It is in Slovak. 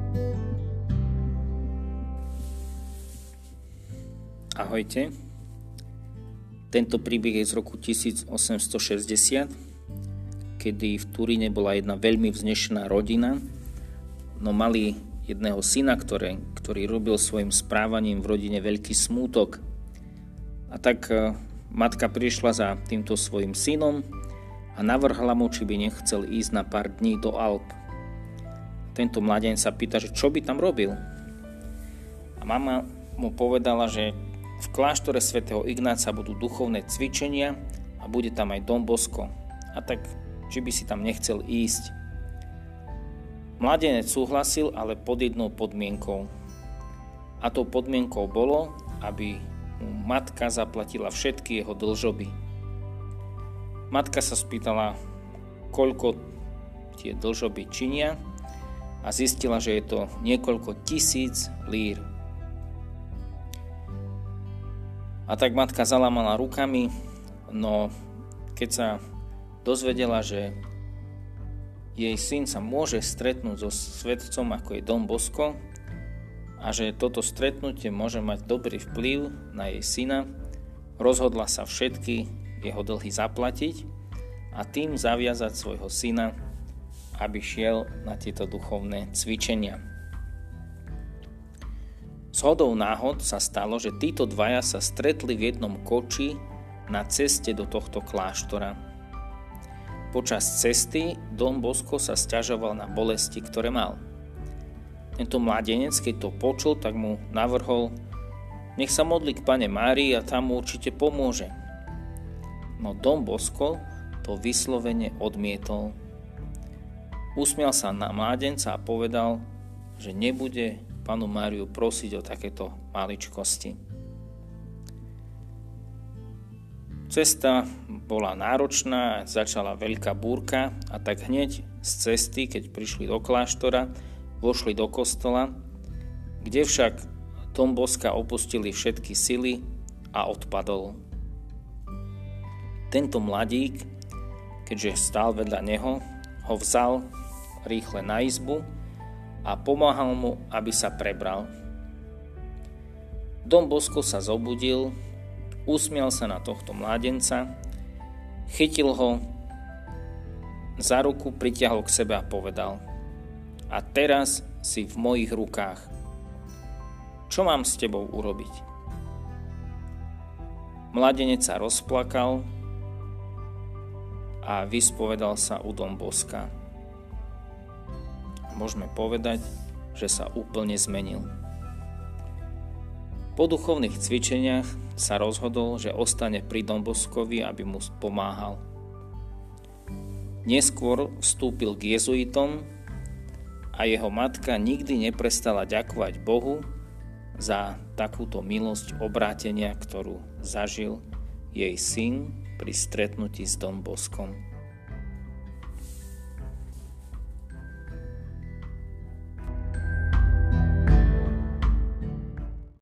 Ahojte. Tento príbeh je z roku 1860, kedy v Turíne bola jedna veľmi vznešená rodina, no mali jedného syna, ktorý robil svojim správaním v rodine veľký smútok. A tak matka prišla za týmto svojim synom a navrhla mu, či by nechcel ísť na pár dní do Alp. Tento mladeň sa pýta, že čo by tam robil. A mama mu povedala, že v kláštore svätého Ignáca budú duchovné cvičenia a bude tam aj Don Bosco. A tak, či by si tam nechcel ísť. Mladenec súhlasil, ale pod jednou podmienkou. A tou podmienkou bolo, aby mu matka zaplatila všetky jeho dlžoby. Matka sa spýtala, koľko tie dlžoby činia a zistila, že je to niekoľko 1000 lír. A tak matka zalámala rukami, no keď sa dozvedela, že jej syn sa môže stretnúť so svetcom, ako je Don Bosco, a že toto stretnutie môže mať dobrý vplyv na jej syna, rozhodla sa všetky jeho dlhy zaplatiť a tým zaviazať svojho syna, aby šiel na tieto duchovné cvičenia. Zhodou náhod sa stalo, že títo dvaja sa stretli v jednom koči na ceste do tohto kláštora. Počas cesty Don Bosco sa sťažoval na bolesti, ktoré mal. Tento mladenec, keď to počul, tak mu navrhol, nech sa modlí k Pane Márii a tam mu určite pomôže. No Don Bosco to vyslovene odmietol. Usmial sa na mládenca a povedal, že nebude Panu Máriu prosiť o takéto maličkosti. Cesta bola náročná, začala veľká búrka a tak hneď z cesty, keď prišli do kláštora, vošli do kostola, kde však Don Bosca opustili všetky sily a odpadol. Tento mladík, keďže stál vedľa neho, ho vzal rýchle na izbu a pomáhal mu, aby sa prebral. Don Bosco sa zobudil, usmial sa na tohto mládenca, chytil ho za ruku, pritiahol k sebe a povedal, a teraz si v mojich rukách. Čo mám s tebou urobiť? Mladenec sa rozplakal a vyspovedal sa u Don Bosca. Môžeme povedať, že sa úplne zmenil. Po duchovných cvičeniach sa rozhodol, že ostane pri Don Boscovi, aby mu pomáhal. Neskôr vstúpil k jezuitom a jeho matka nikdy neprestala ďakovať Bohu za takúto milosť obrátenia, ktorú zažil jej syn pri stretnutí s Don Boscom.